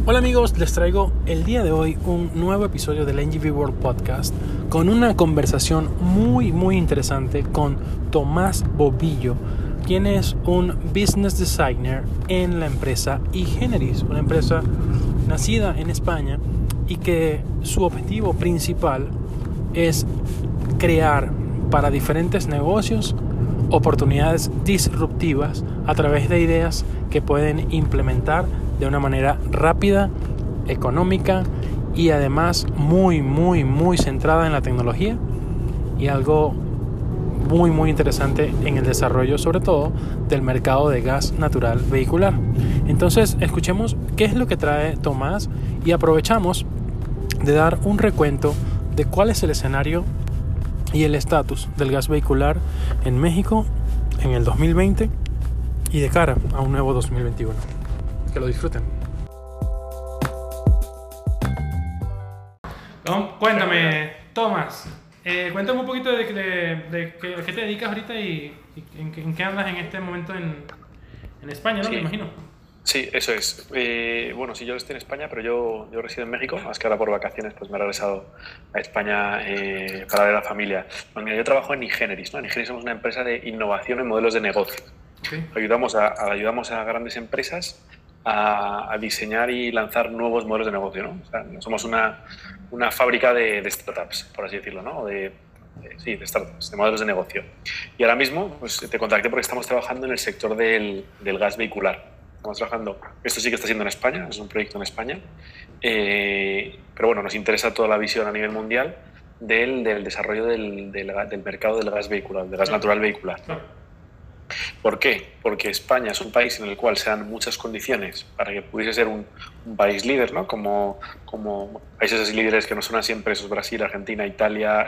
Hola amigos, les traigo el día de hoy un nuevo episodio del NGV World Podcast con una conversación muy interesante con Tomás Bobillo, quien es un business designer en la empresa eGeneris, una empresa nacida en España y que su objetivo principal es crear para diferentes negocios oportunidades disruptivas a través de ideas que pueden implementar de una manera rápida, económica y además muy centrada en la tecnología y algo muy interesante en el desarrollo, sobre todo del mercado de gas natural vehicular. Entonces, escuchemos qué es lo que trae Tomás y aprovechamos de dar un recuento de cuál es el escenario y el estatus del gas vehicular en México en el 2020 y de cara a un nuevo 2021. Que lo disfruten. Cuéntame, Tomás, cuéntame un poquito de qué te dedicas ahorita y en qué andas en este momento en España, ¿no? Sí. Me imagino. Sí, eso es. Bueno, sí, yo estoy en España, pero yo resido en México, más que ahora por vacaciones pues me he regresado a España para ver a la familia. Bueno, mira, yo trabajo en eGeneris, ¿no? En eGeneris somos una empresa de innovación en modelos de negocio. Okay. Ayudamos a grandes empresas a diseñar y lanzar nuevos modelos de negocio, ¿no? O sea, somos una fábrica de startups, por así decirlo, ¿no? De startups, de modelos de negocio. Y ahora mismo pues, te contacté porque estamos trabajando en el sector del gas vehicular. Estamos trabajando, esto sí que está siendo en España, es un proyecto en España, pero bueno, nos interesa toda la visión a nivel mundial del desarrollo del mercado del gas vehicular, del gas natural vehicular. ¿Por qué? Porque España es un país en el cual se dan muchas condiciones para que pudiese ser un país líder, ¿no? Como países así líderes que nos suenan siempre, esos Brasil, Argentina, Italia,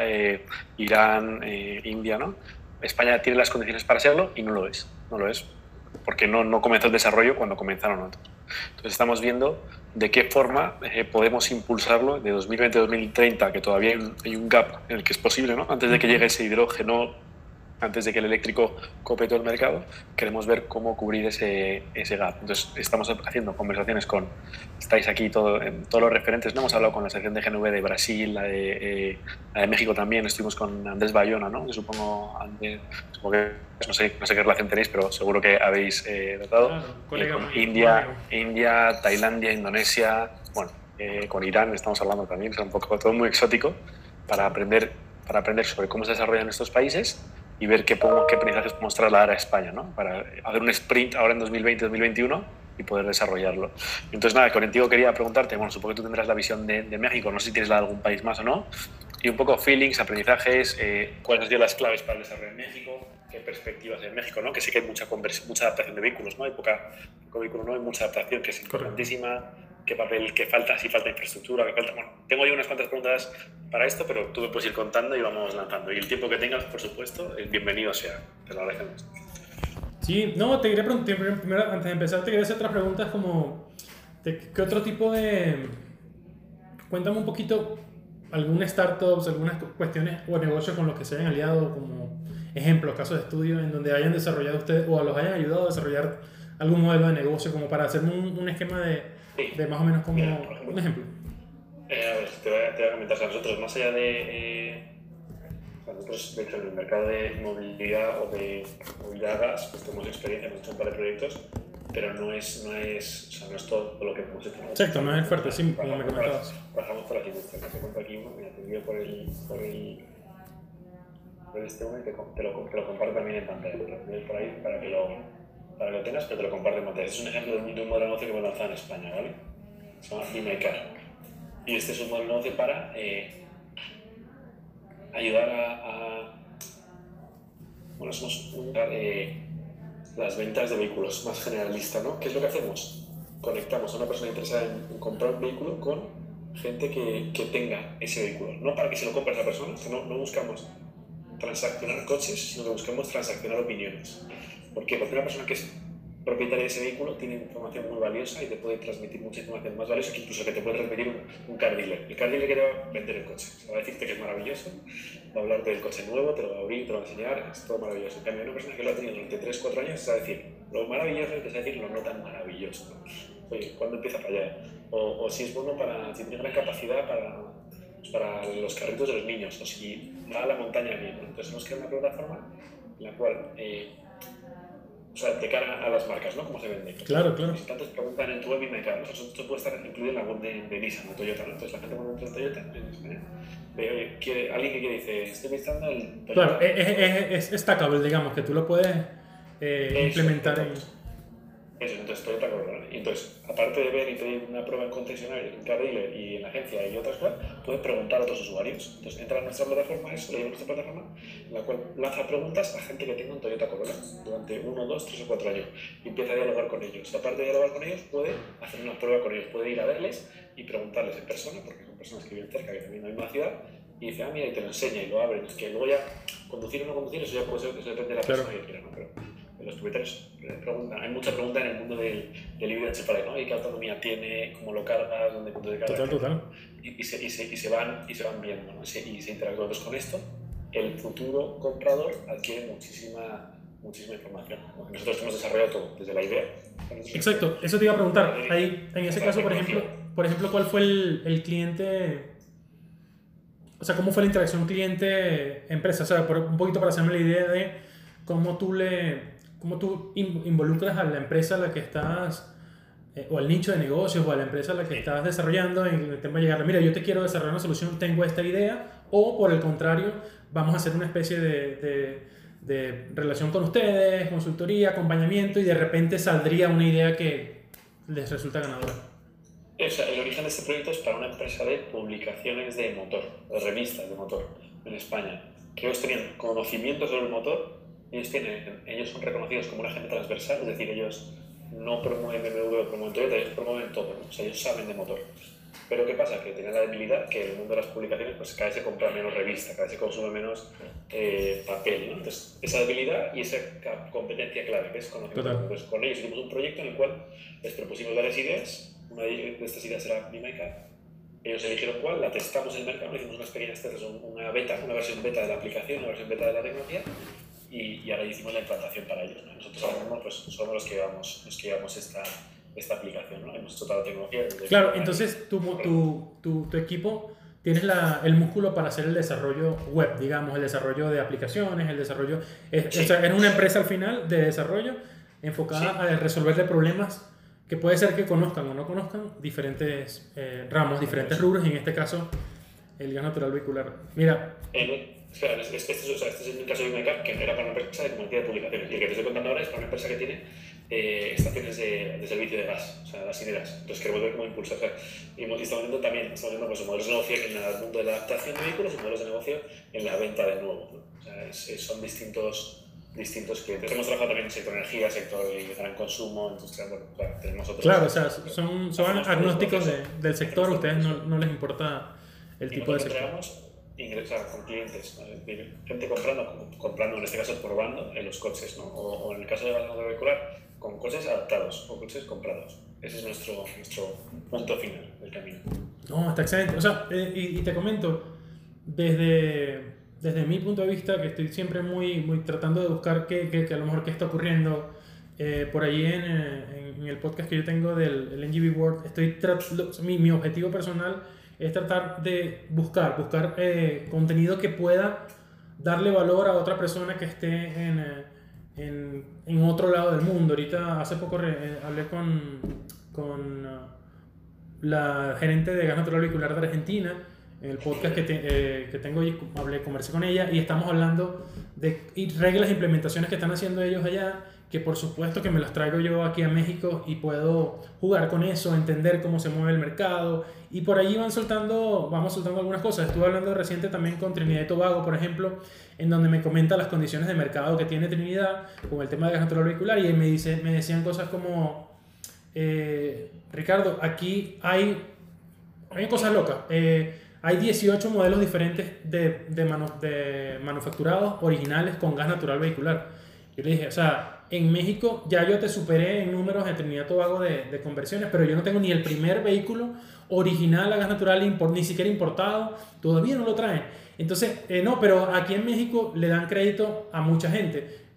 Irán, India, ¿no? España tiene las condiciones para serlo y no lo es, porque no comenzó el desarrollo cuando comenzaron otros. Entonces estamos viendo de qué forma podemos impulsarlo de 2020 a 2030, que todavía hay un gap en el que es posible, ¿no? Antes de que llegue ese hidrógeno, antes de que el eléctrico cope todo el mercado, queremos ver cómo cubrir ese gap. Entonces, estamos haciendo conversaciones estáis aquí todos los referentes, ¿no? Hemos hablado con la sección de GNV de Brasil, la de México también, estuvimos con Andrés Bayona, ¿no? Que supongo que no sé qué relación tenéis, pero seguro que habéis tratado. Con India, Tailandia, Indonesia, bueno, con Irán estamos hablando también, es un poco todo muy exótico para aprender sobre cómo se desarrollan estos países y ver qué aprendizajes podemos trasladar a España, ¿no? Para hacer un sprint ahora en 2020-2021 y poder desarrollarlo. Entonces, nada, contigo quería preguntarte, bueno, supongo que tú tendrás la visión de México, no sé si tienes la de algún país más o no, y un poco feelings, aprendizajes, cuáles han sido las claves para el desarrollo en México, qué perspectivas en México, ¿no? Que sé que hay mucha adaptación de vehículos, ¿no? Hay poco vehículo, ¿no? Hay mucha adaptación que es importantísima. ¿Qué papel, qué falta, si falta infraestructura, qué falta? Bueno, tengo yo unas cuantas preguntas para esto, pero tú me puedes ir contando y vamos lanzando. Y el tiempo que tengas, por supuesto, bienvenido sea. Te lo agradecemos. Sí, no, te quería preguntar, primero, antes de empezar, te quería hacer otras preguntas como, ¿qué otro tipo de...? Cuéntame un poquito algunas startups, algunas cuestiones o negocios con los que se hayan aliado, como ejemplos, casos de estudio en donde hayan desarrollado ustedes o los hayan ayudado a desarrollar algún modelo de negocio, como para hacer un esquema de más o menos como un ejemplo. A ver, te voy a comentar, o sea, nosotros más allá nosotros de hecho en el mercado de movilidad o de movilidad gas, pues tenemos experiencia, hemos hecho un par de proyectos, pero no es todo lo que hemos hecho. ¿No? Exacto, no es fuerte, sí, como me comentabas. Trabajamos por aquí, te cuento aquí uno, mira, te envío por este uno y te lo comparto también en pantalla, te lo envío por ahí para que lo tengas, pero te lo comparto en pantalla. Es un ejemplo de un modelo de negocio que hemos lanzado en España, ¿vale? Se llama BeMyCar. Y este es un modelo de negocio para ayudar bueno, somos las ventas de vehículos más generalista, ¿no? ¿Qué es lo que hacemos? Conectamos a una persona interesada en comprar un vehículo con gente que tenga ese vehículo. No para que se lo compre a esa persona, que no buscamos transaccionar coches, sino que buscamos transaccionar opiniones. ¿Por qué? Porque una persona que es propietaria de ese vehículo tiene información muy valiosa y te puede transmitir mucha información más valiosa que incluso que te puede transmitir un car dealer. El car dealer que te va a vender el coche, o sea, va a decirte que es maravilloso, va a hablarte del coche nuevo, te lo va a abrir, te lo va a enseñar, es todo maravilloso. En cambio, una persona que lo ha tenido durante 3-4 años te va a decir lo maravilloso y te va a decir lo no tan maravilloso. oye, ¿cuándo empieza para allá? O si es bueno si tiene gran capacidad para los carritos de los niños, o si va a la montaña bien, ¿no? Entonces hemos creado una plataforma en la cual, o sea, de cara a las marcas, ¿no? ¿Cómo se vende? Claro. Los visitantes preguntan en tu web y me caen, esto puede estar incluido en la web de Nissan, de Toyota, ¿no? Entonces la gente cuando entra en Toyota, en España, ve, oye, alguien que dice, estoy visitando el Toyota. Claro, es stackable, digamos, que tú lo puedes implementar en... Eso, entonces Toyota Corolla. Y entonces, aparte de ver y pedir una prueba en concesionario, en cada dealer y en la agencia y otras cosas, puedes preguntar a otros usuarios. Entonces entra a nuestra plataforma, eso, le lleva a nuestra plataforma, en la cual lanza preguntas a gente que tenga un Toyota Corolla durante 1, 2, 3 o 4 años y empieza a dialogar con ellos. Aparte de dialogar con ellos, puede hacer una prueba con ellos, puede ir a verles y preguntarles en persona, porque son personas que viven cerca, que también en la misma ciudad, y dice, mira, y te lo enseña y lo abre. Entonces, que luego ya, conducir o no conducir, eso ya puede ser, eso depende de la persona que quiera, ¿no? Pero los propietarios preguntan, hay mucha pregunta en el mundo del híbrido enchufable, ¿no? ¿Y qué autonomía tiene? ¿Cómo lo cargas? ¿Dónde punto de carga? Total. Y se van viendo, ¿no? Y se interactúan. Entonces, con esto, el futuro comprador adquiere muchísima información. Nosotros hemos desarrollado todo, desde la idea. Exacto, eso te iba a preguntar. Ahí, en ese caso, por ejemplo, ¿cuál fue el cliente? O sea, ¿cómo fue la interacción cliente-empresa? O sea, un poquito para hacerme la idea de cómo tú involucras a la empresa a la que estás, o al nicho de negocios, o a la empresa a la que estás desarrollando en el tema de llegar, mira, yo te quiero desarrollar una solución, tengo esta idea, o por el contrario, vamos a hacer una especie de relación con ustedes, consultoría, acompañamiento, y de repente saldría una idea que les resulta ganadora. O sea, el origen de este proyecto es para una empresa de publicaciones de motor, de revistas de motor en España, que ellos tenían conocimiento sobre el motor. Ellos son reconocidos como un agente transversal, es decir, ellos no promueven BMW o promueven Toyota, ellos promueven todo, ¿no? O sea, ellos saben de motor. Pero ¿qué pasa? Que tienen la debilidad que en el mundo de las publicaciones pues cada vez se compra menos revista, cada vez se consume menos papel, ¿no? Entonces, esa debilidad y esa competencia clave que es conocimiento. Entonces, con ellos hicimos un proyecto en el cual les propusimos varias ideas. Una de estas ideas era MyCar. Ellos eligieron cuál, la testamos en el mercado, hicimos unas pequeñas testas, una versión beta de la aplicación, una versión beta de la tecnología, y ahora hicimos la implantación para ellos, ¿no? Nosotros ahora mismo pues, somos los que llevamos esta aplicación, ¿no? Hemos hecho toda la tecnología. Claro, entonces tu equipo tienes el músculo para hacer el desarrollo web, digamos, el desarrollo de aplicaciones, el desarrollo... O sea, eres una empresa al final de desarrollo enfocada a resolverle problemas que puede ser que conozcan o no conozcan diferentes ramos, diferentes rubros, y en este caso el gas natural vehicular. Mira... Este es el caso de MyCar, que era para una empresa de comunidad de publicaciones. Y el que te estoy contando ahora es para una empresa que tiene estaciones de servicio de gas, o sea, gasineras. Entonces queremos ver cómo impulsar. O sea, y estamos viendo también pues, modelos de negocio en el mundo de la adaptación de vehículos y modelos de negocio en la venta de nuevos, ¿no? O sea, son distintos clientes. Hemos trabajado también en sector energía, sector de gran consumo, industria, bueno, claro, tenemos otros. Claro, o sea, son agnósticos del sector, a ustedes no les importa el tipo de sector. Ingresar con clientes, ¿no? Gente comprando, en este caso probando en los coches, ¿no? O en el caso de gas natural vehicular, con coches adaptados o coches comprados. Ese es nuestro punto final del camino. No, está excelente. O sea, y te comento, desde mi punto de vista, que estoy siempre muy tratando de buscar que a lo mejor qué está ocurriendo. Por allí en el podcast que yo tengo del NGV World, mi objetivo personal es tratar de buscar contenido que pueda darle valor a otra persona que esté en otro lado del mundo. Ahorita, hace poco hablé con la gerente de gas natural vehicular de Argentina, en el podcast que tengo, conversé con ella, y estamos hablando de reglas e implementaciones que están haciendo ellos allá, que por supuesto que me las traigo yo aquí a México y puedo jugar con eso, entender cómo se mueve el mercado, y por ahí vamos soltando algunas cosas. Estuve hablando reciente también con Trinidad y Tobago, por ejemplo, en donde me comenta las condiciones de mercado que tiene Trinidad con el tema de gas natural vehicular, y me decían cosas como, Ricardo, aquí hay cosas locas. Hay 18 modelos diferentes de manufacturados originales con gas natural vehicular. Yo le dije, o sea, en México ya yo te superé en números de Trinidad y Tobago de conversiones, pero yo no tengo ni el primer vehículo original a gas natural, ni siquiera importado, todavía no lo traen. Entonces, no, pero aquí en México le dan crédito a mucha gente.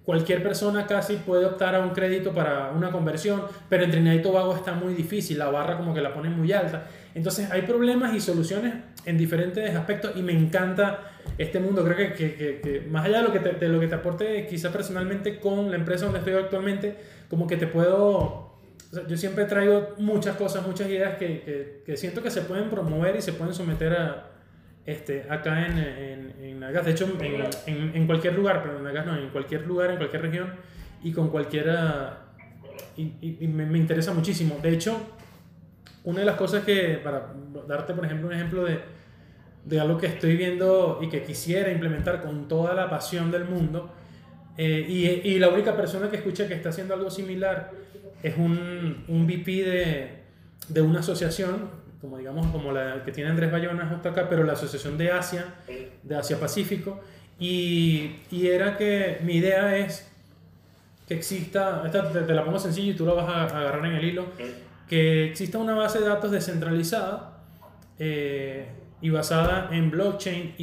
cualquier persona casi puede optar a un crédito para una conversión, pero en Trinidad y Tobago está muy difícil, la barra como que la ponen muy alta. Entonces hay problemas y soluciones en diferentes aspectos y me encanta este mundo. Creo que más allá de lo que te aporte quizás personalmente con la empresa donde estoy actualmente, como que te puedo... O sea, yo siempre traigo muchas cosas, muchas ideas que siento que se pueden promover y se pueden someter a acá en Nagas, de hecho en cualquier lugar, pero en Nagas no, en cualquier lugar, en cualquier región y con cualquiera, y me interesa muchísimo. De hecho, una de las cosas que, para darte por ejemplo un ejemplo de algo que estoy viendo y que quisiera implementar con toda la pasión del mundo, y la única persona que escucha que está haciendo algo similar es un VP de una asociación, como digamos, como la que tiene Andrés Bayona justo acá, pero la asociación de Asia Pacífico, y era que mi idea es que exista, esta te la pongo sencillo y tú la vas a agarrar en el hilo, que exista una base de datos descentralizada y basada en blockchain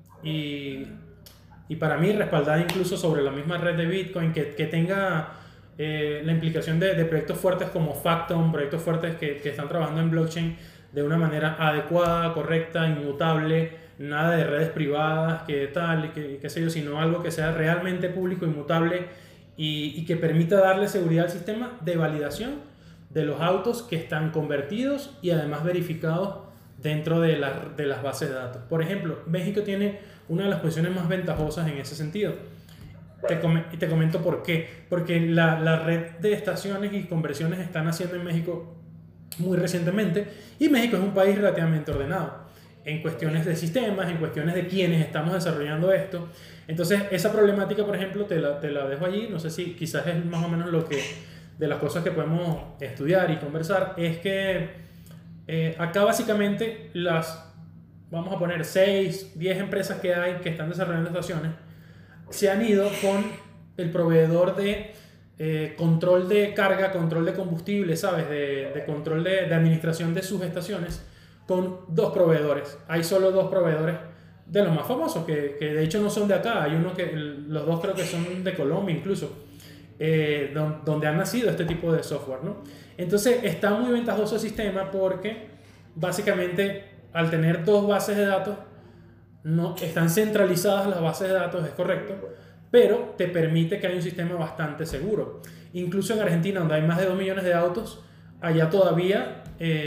y para mí respaldada incluso sobre la misma red de Bitcoin, que tenga la implicación de proyectos fuertes como Factom, proyectos fuertes que están trabajando en blockchain de una manera adecuada, correcta, inmutable, nada de redes privadas, que tal, y qué sé yo, sino algo que sea realmente público, inmutable y que permita darle seguridad al sistema de validación de los autos que están convertidos y además verificados dentro de las bases de datos. Por ejemplo, México tiene una de las posiciones más ventajosas en ese sentido. Te comento por qué. Porque la red de estaciones y conversiones están haciendo en México muy recientemente, y México es un país relativamente ordenado en cuestiones de sistemas, en cuestiones de quienes estamos desarrollando esto. Entonces esa problemática, por ejemplo, te la dejo allí. No sé si quizás es más o menos de las cosas que podemos estudiar y conversar, es que acá básicamente vamos a poner 6, 10 empresas que hay que están desarrollando estaciones, se han ido con el proveedor de control de carga, control de combustible, ¿sabes? De control de administración de sus estaciones, con 2 proveedores. Hay solo 2 proveedores de los más famosos, que de hecho no son de acá. Hay uno los 2 creo que son de Colombia incluso, donde ha nacido este tipo de software, ¿no? Entonces está muy ventajoso el sistema porque básicamente al tener 2 bases de datos, no están centralizadas las bases de datos, es correcto, pero te permite que haya un sistema bastante seguro. Incluso en Argentina, donde hay más de 2 millones de autos, allá todavía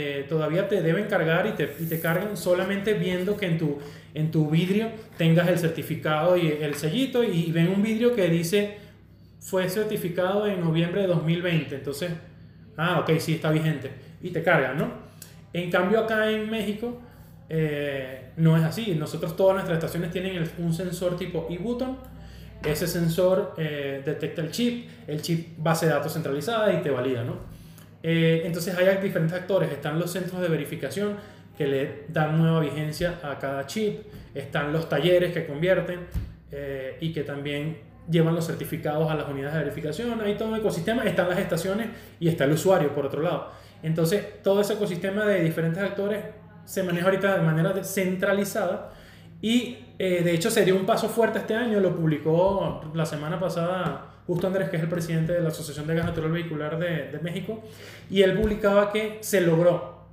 te deben cargar y te cargan solamente viendo que en tu vidrio tengas el certificado y el sellito, y ven un vidrio que dice fue certificado en noviembre de 2020. Entonces, ok, sí, está vigente, y te cargan, ¿no? En cambio acá en México no es así. Nosotros, todas nuestras estaciones tienen un sensor tipo e-button. Ese sensor detecta el chip base de datos centralizada y te valida, ¿no? Entonces hay diferentes actores. Están los centros de verificación que le dan nueva vigencia a cada chip. Están los talleres que convierten y que también llevan los certificados a las unidades de verificación. Hay todo un ecosistema. Están las estaciones y está el usuario por otro lado. Entonces todo ese ecosistema de diferentes actores se maneja ahorita de manera centralizada. Y de hecho se dio un paso fuerte este año, lo publicó la semana pasada justo Andrés, que es el presidente de la Asociación de Gas Natural Vehicular de México, y él publicaba que se logró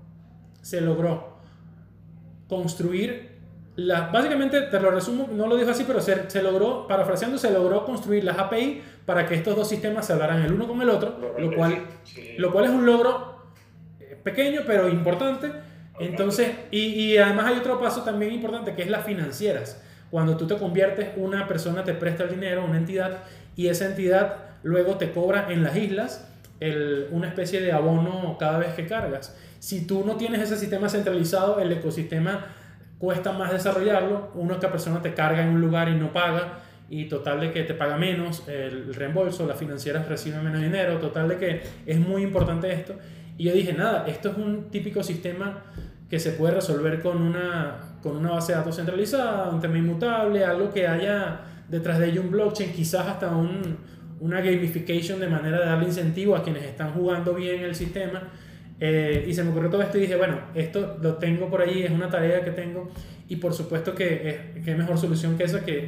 construir, básicamente te lo resumo, no lo dijo así, pero se logró, parafraseando, se logró construir las API para que estos 2 sistemas se hablaran el uno con el otro, lo cual es un logro pequeño pero importante. Entonces, y además hay otro paso también importante, que es las financieras. Cuando tú te conviertes, una persona te presta el dinero, una entidad, y esa entidad luego te cobra en las islas una especie de abono cada vez que cargas. Si tú no tienes ese sistema centralizado, el ecosistema cuesta más desarrollarlo. Que persona te carga en un lugar y no paga, y total de que te paga menos el reembolso, las financieras reciben menos dinero, total de que es muy importante esto. Y yo dije, nada, esto es un típico sistema que se puede resolver con una base de datos centralizada, un tema inmutable, algo que haya detrás de ello un blockchain, quizás hasta una gamification de manera de darle incentivo a quienes están jugando bien el sistema. Y se me ocurrió todo esto y dije, bueno, esto lo tengo por ahí, es una tarea que tengo, y por supuesto que qué mejor solución que esa, que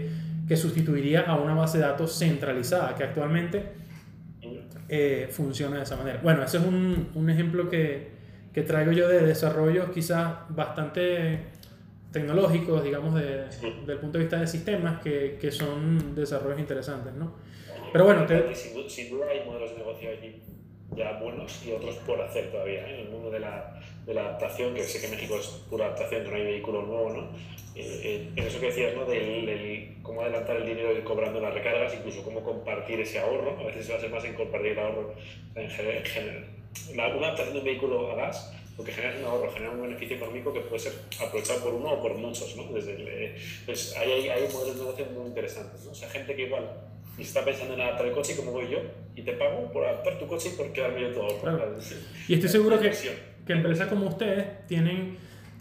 que sustituiría a una base de datos centralizada, que actualmente funciona de esa manera. Bueno, ese es un ejemplo que traigo yo de desarrollos quizás bastante tecnológicos, digamos, del punto de vista de sistemas, que son desarrollos interesantes, ¿no? Pero bueno, sin duda hay modelos de negocio allí ya buenos y otros por hacer todavía, ¿eh? En el mundo de la adaptación, que sé que México es pura adaptación, que no hay vehículo nuevo, ¿no? En eso que decías, ¿no? Del cómo adelantar el dinero y ir cobrando las recargas, incluso cómo compartir ese ahorro. A veces se va a ser más en compartir el ahorro en general. Una adaptación de un vehículo a gas, lo que genera es un ahorro, genera un beneficio económico que puede ser aprovechado por uno o por muchos, ¿no? Pues hay modelos de negocio muy interesantes, ¿no? O sea, gente que igual y está pensando en adaptar el coche como voy yo y te pago por adaptar tu coche y por quedarme yo todo. Claro. Y estoy seguro que empresas como ustedes tienen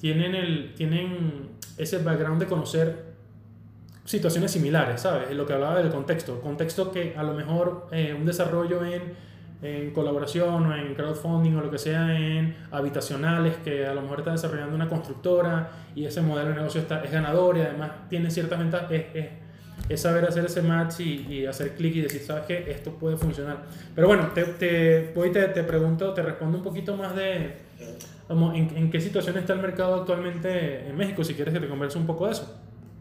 ese background de conocer situaciones similares, ¿sabes? Lo que hablaba del contexto que a lo mejor un desarrollo en colaboración o en crowdfunding o lo que sea en habitacionales, que a lo mejor está desarrollando una constructora y ese modelo de negocio es ganador y además tiene ciertas ventajas, es saber hacer ese match y hacer clic y decir, ¿sabes qué? Esto puede funcionar. Pero bueno, te pregunto, te respondo un poquito más de en qué situación está el mercado actualmente en México, si quieres que te converse un poco de eso.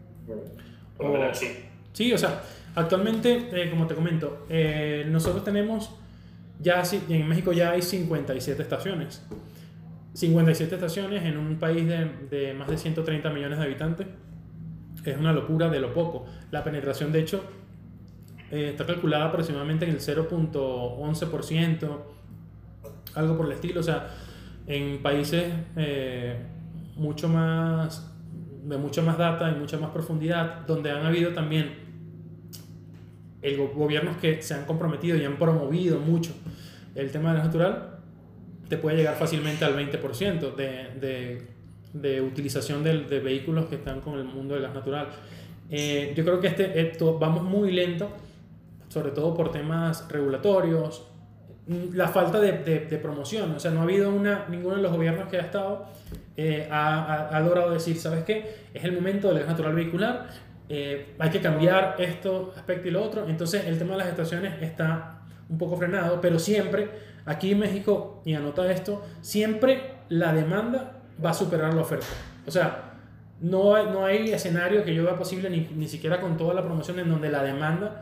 Sí, o sea, actualmente, como te comento, nosotros tenemos, en México ya hay 57 estaciones. 57 estaciones en un país de más de 130 millones de habitantes. Es una locura de lo poco. La penetración, de hecho, está calculada aproximadamente en el 0.11%, algo por el estilo. O sea, en países de mucho más data y mucha más profundidad, donde han habido también gobiernos que se han comprometido y han promovido mucho el tema del gas natural, te puede llegar fácilmente al 20% de utilización de vehículos que están con el mundo del gas natural. Yo creo que vamos muy lento, sobre todo por temas regulatorios, la falta de promoción. O sea, no ha habido ninguno de los gobiernos que ha estado ha logrado decir, ¿sabes qué? Es el momento del gas natural vehicular, hay que cambiar esto, aspecto y lo otro. Entonces el tema de las estaciones está un poco frenado, pero siempre, aquí en México, y anota esto, siempre la demanda va a superar la oferta. O sea, no hay escenario que yo vea posible, ni siquiera con toda la promoción, en donde la demanda,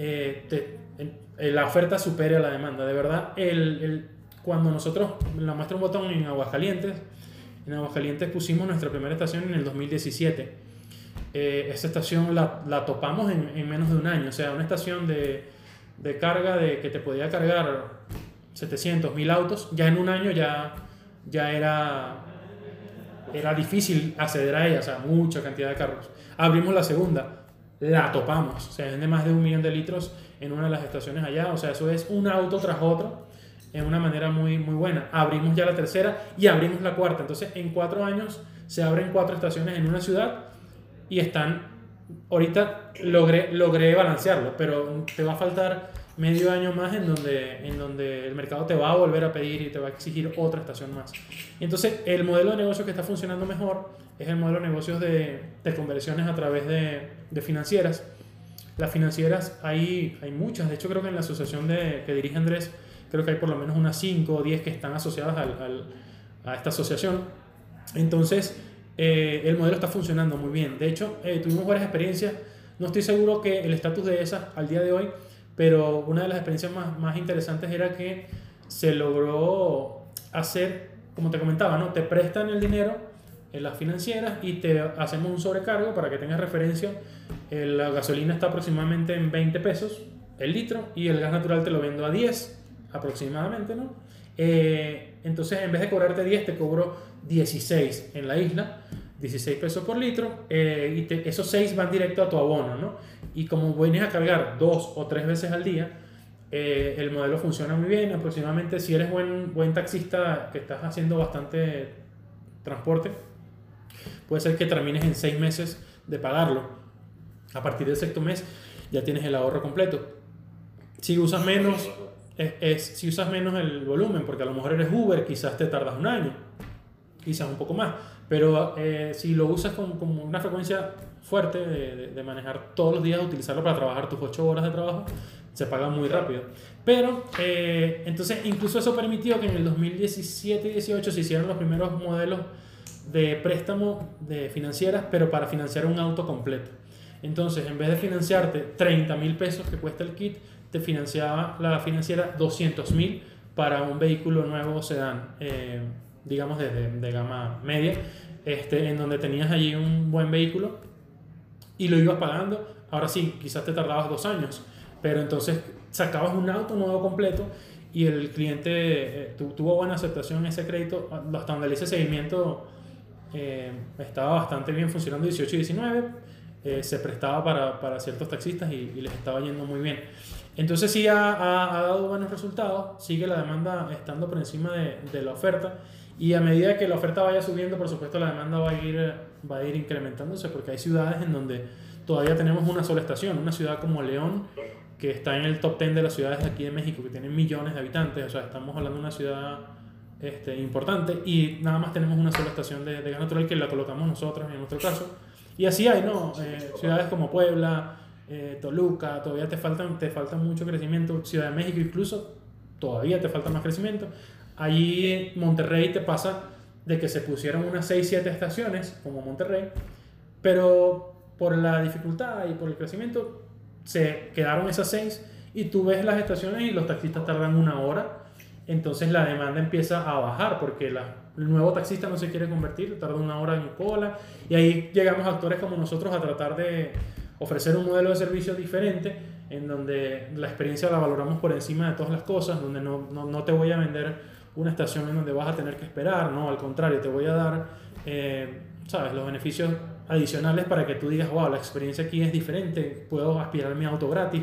la oferta supere a la demanda. De verdad, cuando nosotros, la muestra un botón en Aguascalientes pusimos nuestra primera estación en el 2017. Esta estación la topamos en menos de un año. O sea, una estación de carga que te podía cargar 700, 1000 autos, ya en un año ya era difícil acceder a ella, o sea, mucha cantidad de carros. Abrimos la segunda, la topamos, o sea, vende más de 1 millón de litros en una de las estaciones allá, o sea, eso es un auto tras otro, en una manera muy, muy buena. Abrimos ya la tercera y abrimos la cuarta, entonces en 4 años se abren 4 estaciones en una ciudad y ahorita logré balancearlo, pero te va a faltar medio año más en donde el mercado te va a volver a pedir y te va a exigir otra estación más. Y entonces el modelo de negocio que está funcionando mejor es el modelo de negocios de conversiones a través de financieras. Las financieras hay muchas, de hecho creo que en la asociación que dirige Andrés, creo que hay por lo menos unas 5 o 10 que están asociadas a esta asociación. Entonces el modelo está funcionando muy bien. De hecho, tuvimos varias experiencias. No estoy seguro que el estatus de esas al día de hoy, pero una de las experiencias más interesantes era que se logró hacer, como te comentaba, ¿no? Te prestan el dinero en las financieras y te hacemos un sobrecargo. Para que tengas referencia, la gasolina está aproximadamente en 20 pesos el litro y el gas natural te lo vendo a 10 aproximadamente, ¿no? Entonces, en vez de cobrarte 10, te cobro 16 en la isla, 16 pesos por litro, y esos 6 van directo a tu abono, ¿no? Y como vienes a cargar 2 o 3 veces al día, el modelo funciona muy bien. Aproximadamente, si eres buen taxista, que estás haciendo bastante transporte, puede ser que termines en 6 meses de pagarlo. A partir del 6º mes ya tienes el ahorro completo. Si usas menos el volumen, porque a lo mejor eres Uber, quizás te tardas un año, quizás un poco más, pero si lo usas con una frecuencia fuerte de manejar todos los días, utilizarlo para trabajar tus 8 horas de trabajo, se paga muy rápido. Pero entonces incluso eso permitió que en el 2017 y 2018 se hicieran los primeros modelos de préstamo de financieras, pero para financiar un auto completo. Entonces, en vez de financiarte 30.000 pesos que cuesta el kit, te financiaba la financiera 200.000 para un vehículo nuevo sedán, digamos de gama media, en donde tenías allí un buen vehículo y lo ibas pagando. Ahora sí, quizás te tardabas 2 años, pero entonces sacabas un auto nuevo completo y el cliente tuvo buena aceptación en ese crédito. Hasta donde le hice seguimiento, estaba bastante bien funcionando 18 y 19. Se prestaba para ciertos taxistas y les estaba yendo muy bien. Entonces sí ha dado buenos resultados, sigue la demanda estando por encima de la oferta, y a medida que la oferta vaya subiendo, por supuesto la demanda va a ir incrementándose, porque hay ciudades en donde todavía tenemos una sola estación. Una ciudad como León, que está en el top 10 de las ciudades de aquí de México, que tienen millones de habitantes, o sea, estamos hablando de una ciudad importante, y nada más tenemos una sola estación de gas natural que la colocamos nosotros en nuestro caso. Y así hay, ¿no? Ciudades como Puebla, Toluca, todavía te falta mucho crecimiento. Ciudad de México incluso, todavía te falta más crecimiento. Allí Monterrey te pasa de que se pusieron unas 6, 7 estaciones, como Monterrey, pero por la dificultad y por el crecimiento se quedaron esas 6, y tú ves las estaciones y los taxistas tardan 1 hora. Entonces la demanda empieza a bajar porque el nuevo taxista no se quiere convertir, tarda 1 hora en cola, y ahí llegamos actores como nosotros a tratar de ofrecer un modelo de servicio diferente, en donde la experiencia la valoramos por encima de todas las cosas, donde no te voy a vender una estación en donde vas a tener que esperar, no, al contrario, te voy a dar ¿sabes?, los beneficios adicionales para que tú digas, wow, la experiencia aquí es diferente, puedo aspirar mi auto gratis,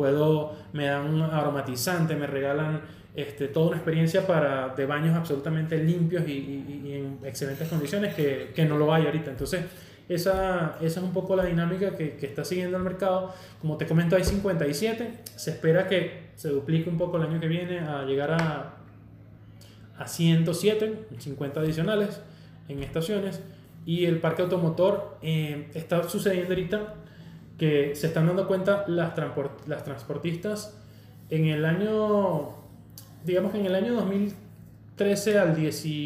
me dan un aromatizante, me regalan toda una experiencia de baños absolutamente limpios y en excelentes condiciones que no lo hay ahorita. Entonces esa es un poco la dinámica que está siguiendo el mercado. Como te comento, hay 57, se espera que se duplique un poco el año que viene a llegar a 107, 50 adicionales en estaciones. Y el parque automotor, está sucediendo ahorita que se están dando cuenta las transportistas en el año, digamos que en el año 2013 al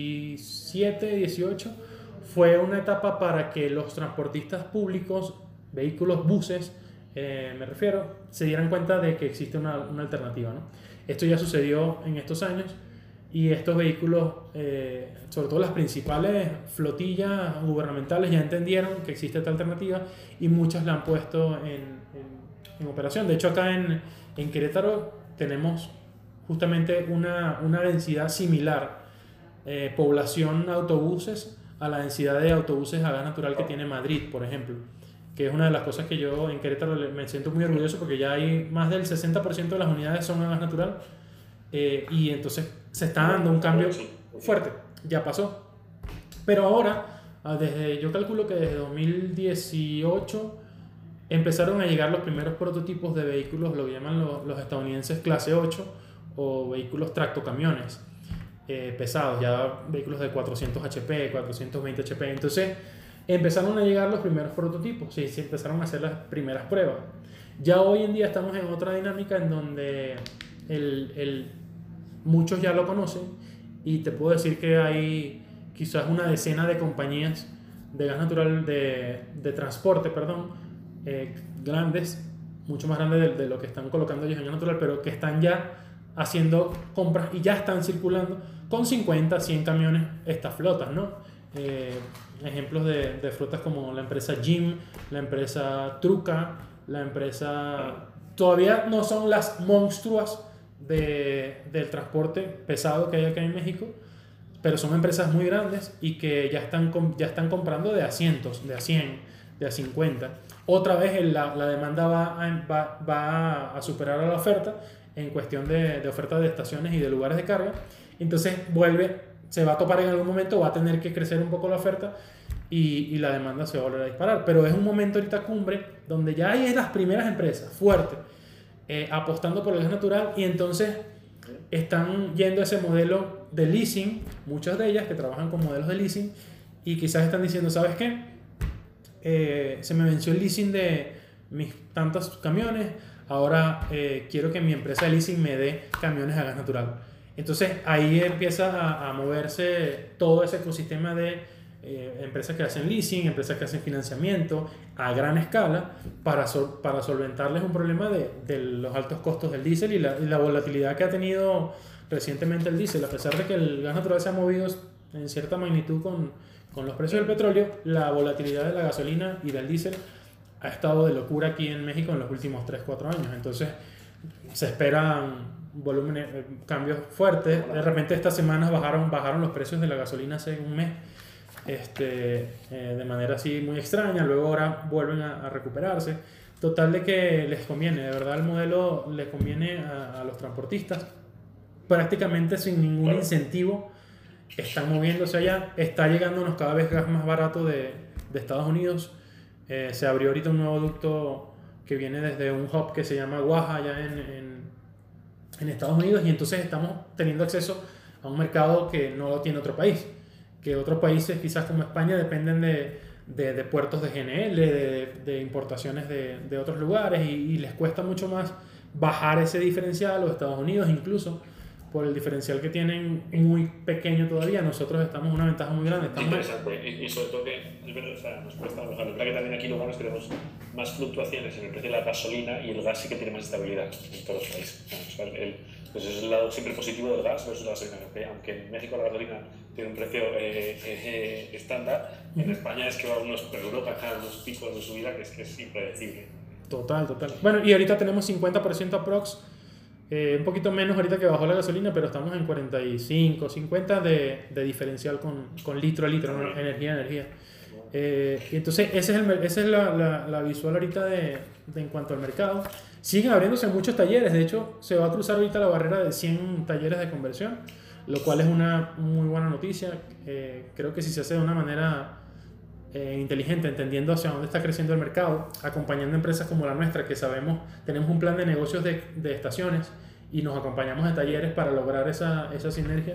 17, 18, fue una etapa para que los transportistas públicos, vehículos, buses, me refiero, se dieran cuenta de que existe una alternativa, ¿no? Esto ya sucedió en estos años, y estos vehículos, sobre todo las principales flotillas gubernamentales, ya entendieron que existe esta alternativa y muchas la han puesto en operación. De hecho, acá en Querétaro tenemos justamente una densidad similar, población autobuses, a la densidad de autobuses a gas natural que tiene Madrid, por ejemplo, que es una de las cosas que yo en Querétaro me siento muy orgulloso, porque ya hay más del 60% de las unidades son a gas natural, y entonces se está dando un cambio fuerte, ya pasó. Pero ahora, yo calculo que desde 2018 empezaron a llegar los primeros prototipos de vehículos, lo que llaman los estadounidenses clase 8, o vehículos tractocamiones pesados, ya vehículos de 400 HP, 420 HP. Entonces empezaron a llegar los primeros prototipos, sí, empezaron a hacer las primeras pruebas. Ya hoy en día estamos en otra dinámica en donde muchos ya lo conocen, y te puedo decir que hay quizás una decena de compañías de gas natural, de transporte, grandes, mucho más grandes de lo que están colocando ellos en gas natural, pero que están ya haciendo compras y ya están circulando con 50, 100 camiones estas flotas, ¿no? Ejemplos de flotas como la empresa Jim, la empresa Truca, la empresa... Todavía no son las monstruas del transporte pesado que hay acá en México, pero son empresas muy grandes y que ya están comprando de a cientos, de a 100, de a 50. Otra vez la demanda va a superar a la oferta en cuestión de oferta de estaciones y de lugares de carga. Entonces se va a topar en algún momento, va a tener que crecer un poco la oferta, y la demanda se va a volver a disparar. Pero es un momento ahorita cumbre donde ya hay las primeras empresas fuertes apostando por el gas natural, y entonces están yendo a ese modelo de leasing, muchas de ellas que trabajan con modelos de leasing, y quizás están diciendo, ¿sabes qué? se me venció el leasing de mis tantos camiones, ahora quiero que mi empresa de leasing me dé camiones a gas natural. Entonces ahí empieza a moverse todo ese ecosistema de empresas que hacen leasing, empresas que hacen financiamiento a gran escala para solventarles un problema de los altos costos del diésel y la volatilidad que ha tenido recientemente el diésel. A pesar de que el gas natural se ha movido en cierta magnitud con los precios del petróleo, la volatilidad de la gasolina y del diésel ha estado de locura aquí en México en los últimos 3-4 años. Entonces se esperan cambios fuertes. De repente estas semanas bajaron los precios de la gasolina hace un mes de manera así muy extraña, luego ahora vuelven a recuperarse. Total de que les conviene, de verdad el modelo les conviene a los transportistas, prácticamente sin ningún incentivo están moviéndose allá. Está llegándonos cada vez gas más barato de Estados Unidos. Se abrió ahorita un nuevo ducto que viene desde un hub que se llama Waha allá en Estados Unidos, y entonces estamos teniendo acceso a un mercado que no lo tiene otro país, que otros países quizás como España dependen de puertos de GNL, de importaciones de otros lugares, y les cuesta mucho más bajar ese diferencial, los Estados Unidos incluso por el diferencial que tienen muy pequeño todavía. Nosotros estamos en una ventaja muy grande. Interesante, y sobre todo que es verdad, o sea, nos cuesta, es verdad que también aquí lo bueno es que tenemos más fluctuaciones en el precio de la gasolina, y el gas sí que tiene más estabilidad en todos los países. O sea, pues es el lado siempre positivo del gas versus la gasolina. Aunque en México la gasolina tiene un precio estándar, en España es que va pero Europa cada unos picos de subida que es impredecible. Total. Bueno, y ahorita tenemos 50% aprox. Un poquito menos ahorita que bajó la gasolina, pero estamos en 45, 50 de diferencial con litro a litro, ¿no? Energía a energía. Y entonces esa es la visual ahorita en cuanto al mercado. Siguen abriéndose muchos talleres, de hecho se va a cruzar ahorita la barrera de 100 talleres de conversión, lo cual es una muy buena noticia. Creo que si se hace de una manera inteligente, entendiendo hacia dónde está creciendo el mercado, acompañando empresas como la nuestra, que sabemos, tenemos un plan de negocios de estaciones y nos acompañamos en talleres para lograr esa sinergia,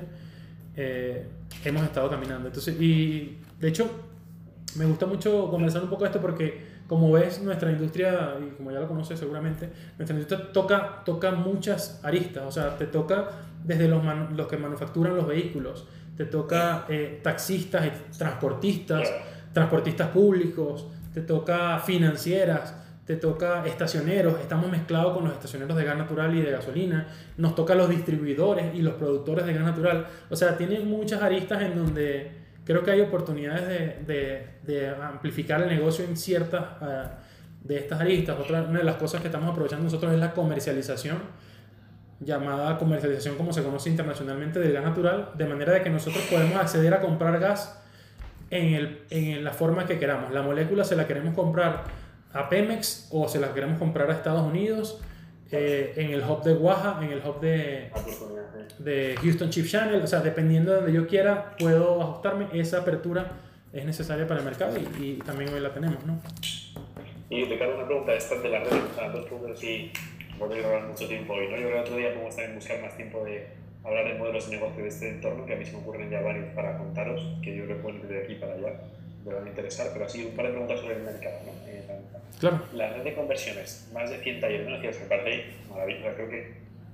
hemos estado caminando. Entonces, y de hecho me gusta mucho conversar un poco de esto porque, como ves, nuestra industria, y como ya lo conoces seguramente, nuestra industria toca muchas aristas. O sea, te toca desde los que manufacturan los vehículos, te toca taxistas y transportistas públicos, te toca financieras, te toca estacioneros. Estamos mezclados con los estacioneros de gas natural y de gasolina, nos toca los distribuidores y los productores de gas natural. O sea, tiene muchas aristas en donde creo que hay oportunidades de amplificar el negocio en ciertas de estas aristas. Una de las cosas que estamos aprovechando nosotros es la comercialización, llamada comercialización como se conoce internacionalmente, del gas natural, de manera de que nosotros podemos acceder a comprar gas en la forma que queramos. La molécula se la queremos comprar a Pemex o se la queremos comprar a Estados Unidos, en el hub de Waha, en el hub de Houston Ship Channel. O sea, dependiendo de donde yo quiera, puedo ajustarme. Esa apertura es necesaria para el mercado y también hoy la tenemos, ¿no? Y Ricardo, una pregunta, esta de la red, o sea, dos preguntas así, voy a hablar mucho tiempo hoy, ¿no? Yo creo que el otro día podemos también buscar más tiempo de hablar de modelos de negocio de este entorno, que a mí se me ocurren ya varios para contaros, que yo creo que pueden ir de aquí para allá, me van a interesar, pero así un par de preguntas sobre el mercado, ¿no? Claro. La red de conversiones, más de 100 talleres, ¿no? Decías, me parece maravilloso. Creo que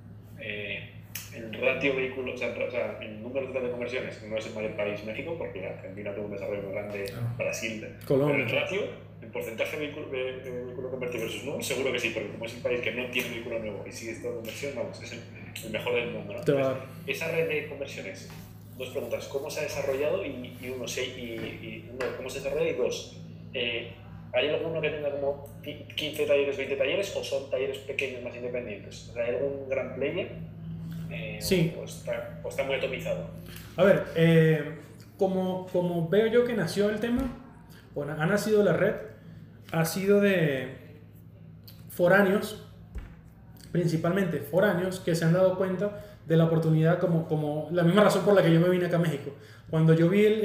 el ratio vehículo, o sea, el número total de conversiones no es el mayor país México, porque Argentina tuvo un desarrollo muy grande, Brasil, Colombia. Pero el ratio, el porcentaje de vehículo convertido versus nuevo, seguro que sí, porque como es un país que no tiene vehículo nuevo y sigue toda conversión, vamos, es el mejor del mundo, ¿no? Entonces, esa red de conversiones, dos preguntas: ¿cómo se ha desarrollado? Y ¿cómo se ha desarrollado? Y dos, ¿hay alguno que tenga como 15 talleres, 20 talleres, o son talleres pequeños más independientes? O sea, ¿hay algún gran player? Sí. ¿O está muy atomizado? A ver, como veo yo que nació el tema, bueno, ha nacido la red, ha sido de foráneos, principalmente foráneos, que se han dado cuenta de la oportunidad, como la misma razón por la que yo me vine acá a México. Cuando yo vi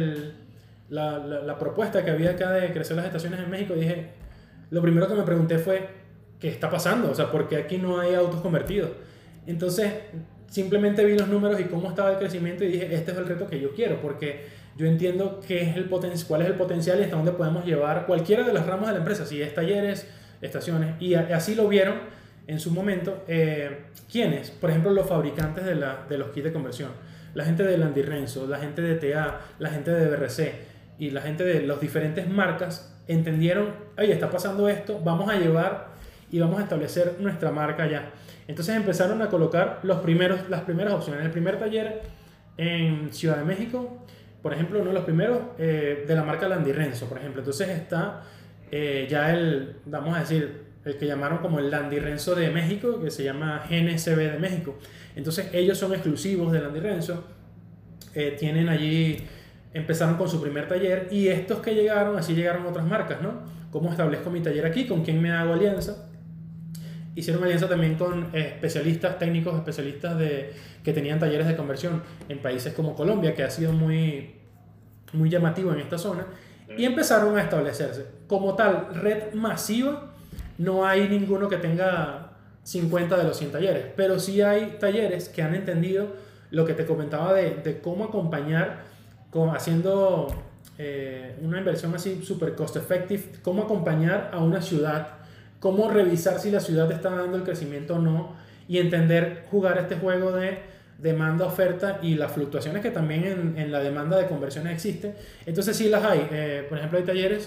la propuesta que había acá de crecer las estaciones en México, dije, lo primero que me pregunté fue, ¿qué está pasando? O sea, ¿por qué aquí no hay autos convertidos? Entonces, simplemente vi los números y cómo estaba el crecimiento y dije, este es el reto que yo quiero, porque yo entiendo qué es cuál es el potencial y hasta dónde podemos llevar cualquiera de las ramas de la empresa, si es talleres, estaciones, y así lo vieron en su momento. ¿Quiénes? Por ejemplo, los fabricantes de los kits de conversión, la gente de Landy Renzo, la gente de TA, la gente de BRC y la gente de las diferentes marcas entendieron, oye, está pasando esto, vamos a llevar y vamos a establecer nuestra marca allá. Entonces empezaron a colocar las primeras opciones. El primer taller en Ciudad de México, por ejemplo, uno de los primeros de la marca Landy Renzo, por ejemplo. Entonces está ya vamos a decir, el que llamaron como el Landy Renzo de México, que se llama GNCB de México. Entonces ellos son exclusivos de Landy Renzo. Tienen allí, empezaron con su primer taller, y estos que llegaron, así llegaron otras marcas, ¿no? ¿Cómo establezco mi taller aquí? ¿Con quién me hago alianza? Hicieron alianza también con especialistas, técnicos especialistas que tenían talleres de conversión en países como Colombia, que ha sido muy, muy llamativo en esta zona, y empezaron a establecerse. Como tal, red masiva, no hay ninguno que tenga 50 de los 100 talleres, pero sí hay talleres que han entendido lo que te comentaba de cómo acompañar, haciendo una inversión así super cost effective, cómo acompañar a una ciudad, cómo revisar si la ciudad está dando el crecimiento o no, y entender jugar este juego de demanda, oferta y las fluctuaciones que también en la demanda de conversiones existen. Entonces sí las hay. Por ejemplo, hay talleres,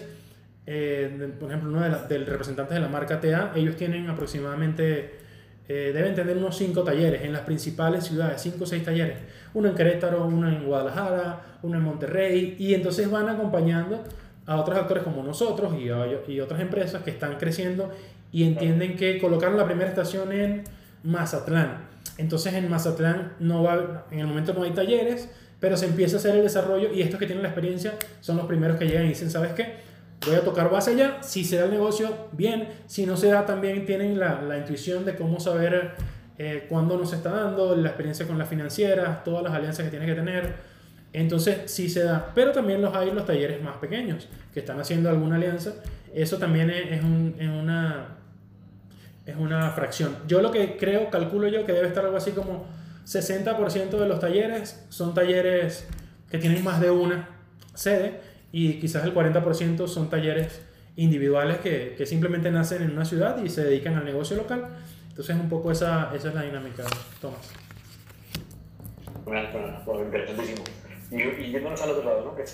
por ejemplo, uno del representante de la marca TA, ellos tienen aproximadamente, deben tener unos 5 talleres en las principales ciudades, 5 o 6 talleres, uno en Querétaro, uno en Guadalajara, uno en Monterrey, y entonces van acompañando a otros actores como nosotros y otras empresas que están creciendo y entienden que colocaron la primera estación en Mazatlán. Entonces en Mazatlán en el momento no hay talleres, pero se empieza a hacer el desarrollo, y estos que tienen la experiencia son los primeros que llegan y dicen, ¿sabes qué? Voy a tocar base allá, si se da el negocio, bien, si no se da, también tienen la intuición de cómo saber cuándo no se está dando, la experiencia con las financieras, todas las alianzas que tiene que tener. Entonces sí se da, pero también hay los talleres más pequeños que están haciendo alguna alianza. Eso también es una fracción. Yo lo que calculo yo que debe estar algo así como 60% de los talleres son talleres que tienen más de una sede, y quizás el 40% son talleres individuales que simplemente nacen en una ciudad y se dedican al negocio local. Entonces un poco esa es la dinámica, Tomás. Bueno, interesantísimo. Y yéndonos al otro lado, ¿no?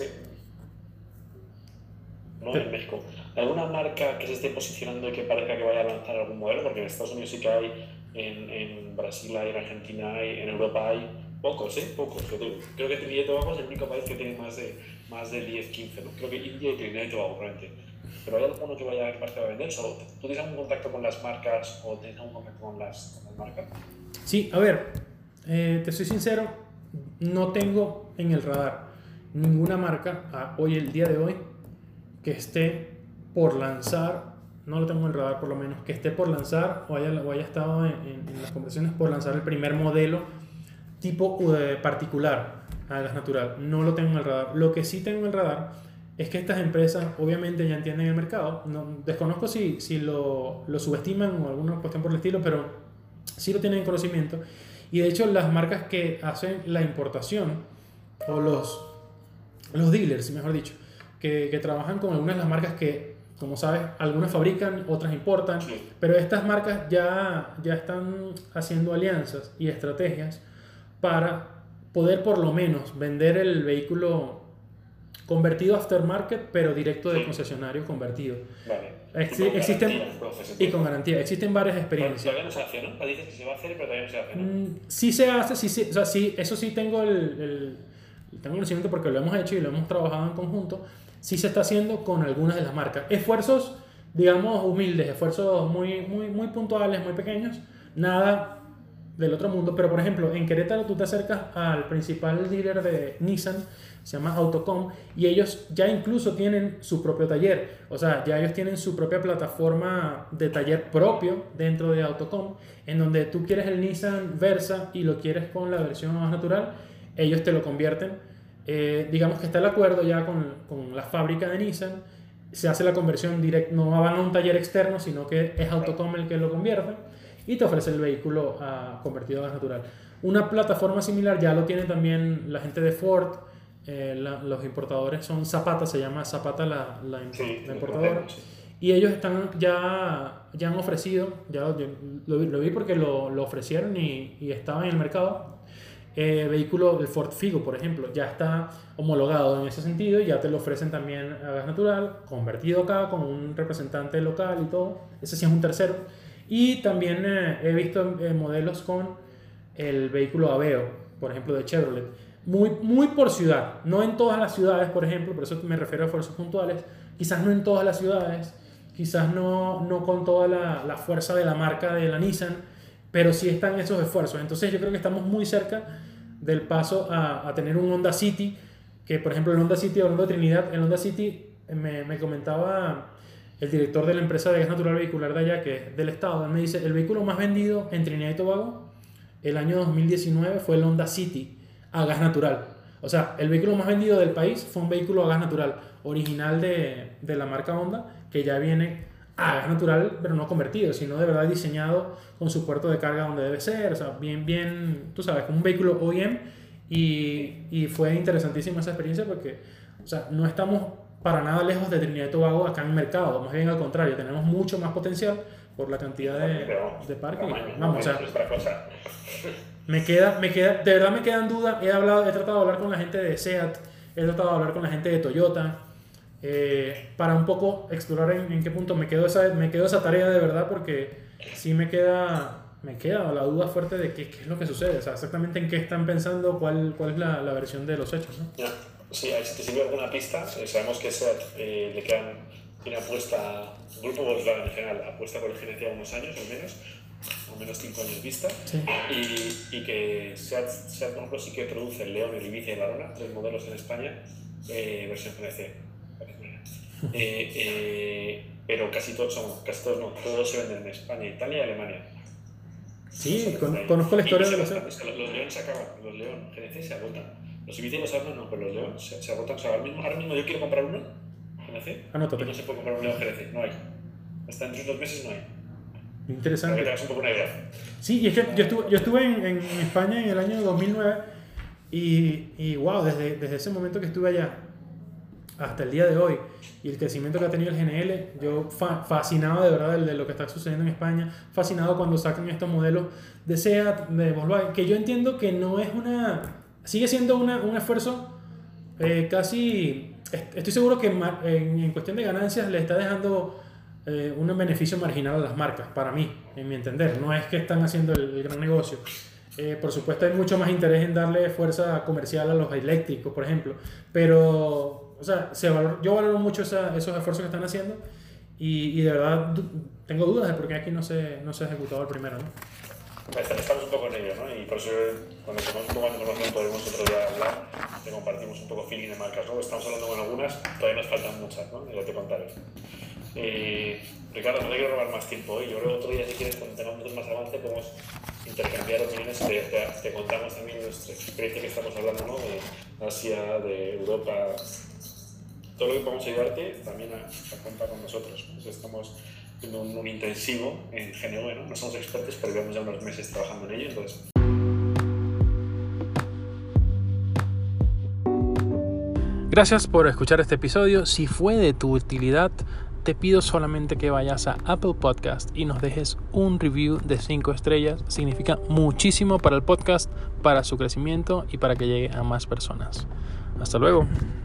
En México, ¿alguna marca que se esté posicionando y que parezca que vaya a lanzar algún modelo? Porque en Estados Unidos sí que hay, en Brasil hay, en Argentina hay, en Europa hay pocos, pocos. Creo que Trinidad y Tobago es el único país que tiene más de 10, 15, ¿no? Creo que India y Trinidad y Tobago, probablemente. ¿Pero hay alguno que vaya a vender? ¿O tú tienes algún contacto con las marcas o tienes algún contacto con las marcas? Sí, a ver, te soy sincero, no tengo en el radar ninguna marca hoy, el día de hoy, que esté por lanzar, no lo tengo en el radar por lo menos, que esté por lanzar o haya estado en las conversaciones por lanzar el primer modelo tipo particular a gas natural. No lo tengo en el radar. Lo que sí tengo en el radar es que estas empresas obviamente ya entienden el mercado. Desconozco si lo subestiman o alguna cuestión por el estilo, pero sí lo tienen en conocimiento. Y de hecho las marcas que hacen la importación, o los dealers, mejor dicho, que trabajan con algunas de las marcas que, como sabes, algunas fabrican, otras importan, sí. Pero estas marcas ya están haciendo alianzas y estrategias para poder por lo menos vender el vehículo convertido aftermarket, pero directo del concesionario convertido. Vale. Existen, y con garantía. Existen varias experiencias. Todavía no se hace, ¿no? Dices que se va a hacer, pero todavía no se hace, ¿no? Sí se hace, o sea, sí, eso sí tengo tengo conocimiento porque lo hemos hecho y lo hemos trabajado en conjunto. Sí se está haciendo con algunas de las marcas. Esfuerzos, digamos, humildes, esfuerzos muy, muy, muy puntuales, muy pequeños. Nada del otro mundo. Pero, por ejemplo, en Querétaro tú te acercas al principal dealer de Nissan, se llama Autocom, y ellos ya incluso tienen su propio taller. O sea, ya ellos tienen su propia plataforma de taller propio dentro de Autocom, en donde tú quieres el Nissan Versa y lo quieres con la versión más natural, ellos te lo convierten. Digamos que está el acuerdo ya con la fábrica de Nissan, se hace la conversión directa, no van a un taller externo, sino que es Autocom el que lo convierte y te ofrece el vehículo convertido a gas natural. Una plataforma similar ya lo tiene también la gente de Ford, los importadores son Zapata, se llama Zapata la importadora. Sí. Y ellos ya han ofrecido, lo vi porque lo ofrecieron y estaba en el mercado. Vehículo, el Ford Figo, por ejemplo, ya está homologado en ese sentido y ya te lo ofrecen también a gas natural, convertido acá con un representante local y todo. Ese sí es un tercero. Y también he visto modelos con el vehículo Aveo, por ejemplo, de Chevrolet. Muy por ciudad, no en todas las ciudades, por ejemplo, por eso me refiero a esfuerzos puntuales. Quizás no en todas las ciudades, quizás no con toda la fuerza de la marca de la Nissan, pero sí están esos esfuerzos. Entonces yo creo que estamos muy cerca del paso a tener un Honda City, que por ejemplo el Honda City, hablando de Trinidad, el Honda City me comentaba el director de la empresa de gas natural vehicular de allá, que es del estado. Él me dice, el vehículo más vendido en Trinidad y Tobago el año 2019 fue el Honda City a gas natural. O sea, el vehículo más vendido del país fue un vehículo a gas natural, original de la marca Honda, que ya viene a gas natural, pero no convertido, sino de verdad diseñado con su puerto de carga donde debe ser. O sea, bien, tú sabes, como un vehículo OEM. Y fue interesantísima esa experiencia porque, o sea, no estamos para nada lejos de Trinidad y Tobago acá en el mercado. Más bien al contrario, tenemos mucho más potencial por la cantidad de parque. Vamos, o sea, de verdad me quedan dudas. He tratado de hablar con la gente de SEAT, he tratado de hablar con la gente de Toyota, para un poco explorar en qué punto me quedó esa tarea de verdad, porque sí me queda la duda fuerte de qué es lo que sucede, o sea, exactamente en qué están pensando, cuál es la versión de los hechos, ¿no? Yeah. Sí, si te sirve alguna pista, sabemos que SEAT tiene apuesta, Grupo Volkswagen en general, apuesta por el GNC unos años al menos 5 años vista, sí. Y que SEAT, por ejemplo, sí que produce el León, el Ibiza y el Arona, 3 modelos en España, versión GNC. Pero casi todos no, todos se venden en España, Italia y Alemania. Sí, conozco la historia de los León se acaban, los León GNC se agotan. Los Ibiza y los Arona no, pero los León se agotan. O sea, ahora mismo yo quiero comprar uno GNC. Anótate. Y no se puede comprar un León GNC, no hay. Hasta dentro de 2 meses no hay. Interesante. Para que te hagas un poco una idea. Sí, y es que yo estuve en España en el año 2009 y wow, desde ese momento que estuve allá hasta el día de hoy y el crecimiento que ha tenido el GNL, yo fascinado de verdad de lo que está sucediendo en España, fascinado cuando sacan estos modelos de SEAT, de Volkswagen, que yo entiendo que no es sigue siendo un esfuerzo casi, estoy seguro que en cuestión de ganancias le está dejando un beneficio marginal a las marcas, para mí, en mi entender. No es que están haciendo el gran negocio. Por supuesto hay mucho más interés en darle fuerza comercial a los eléctricos, por ejemplo, pero o sea, yo valoro mucho esos esfuerzos que están haciendo y de verdad tengo dudas de por qué aquí no se ha ejecutado el primero, ¿no? Estamos un poco en ello, ¿no? Y por eso cuando tengamos un poco más de información podremos otro día hablar, te compartimos un poco feeling de marcas, ¿no? Estamos hablando con algunas, todavía nos faltan muchas, ¿no? Ya te contaré. Ricardo, no te quiero robar más tiempo hoy. Yo creo que otro día, si quieres, cuando tengamos más avance, podemos intercambiar opiniones. Te contamos también nuestra experiencia que estamos hablando, ¿no? De Asia, de Europa. Todo lo que podamos ayudarte también a contar con nosotros. Entonces, estamos haciendo un intensivo en GNV, ¿no? No somos expertos, pero llevamos ya unos meses trabajando en ello. Entonces. Gracias por escuchar este episodio. Si fue de tu utilidad, te pido solamente que vayas a Apple Podcast y nos dejes un review de 5 estrellas. Significa muchísimo para el podcast, para su crecimiento y para que llegue a más personas. Hasta luego.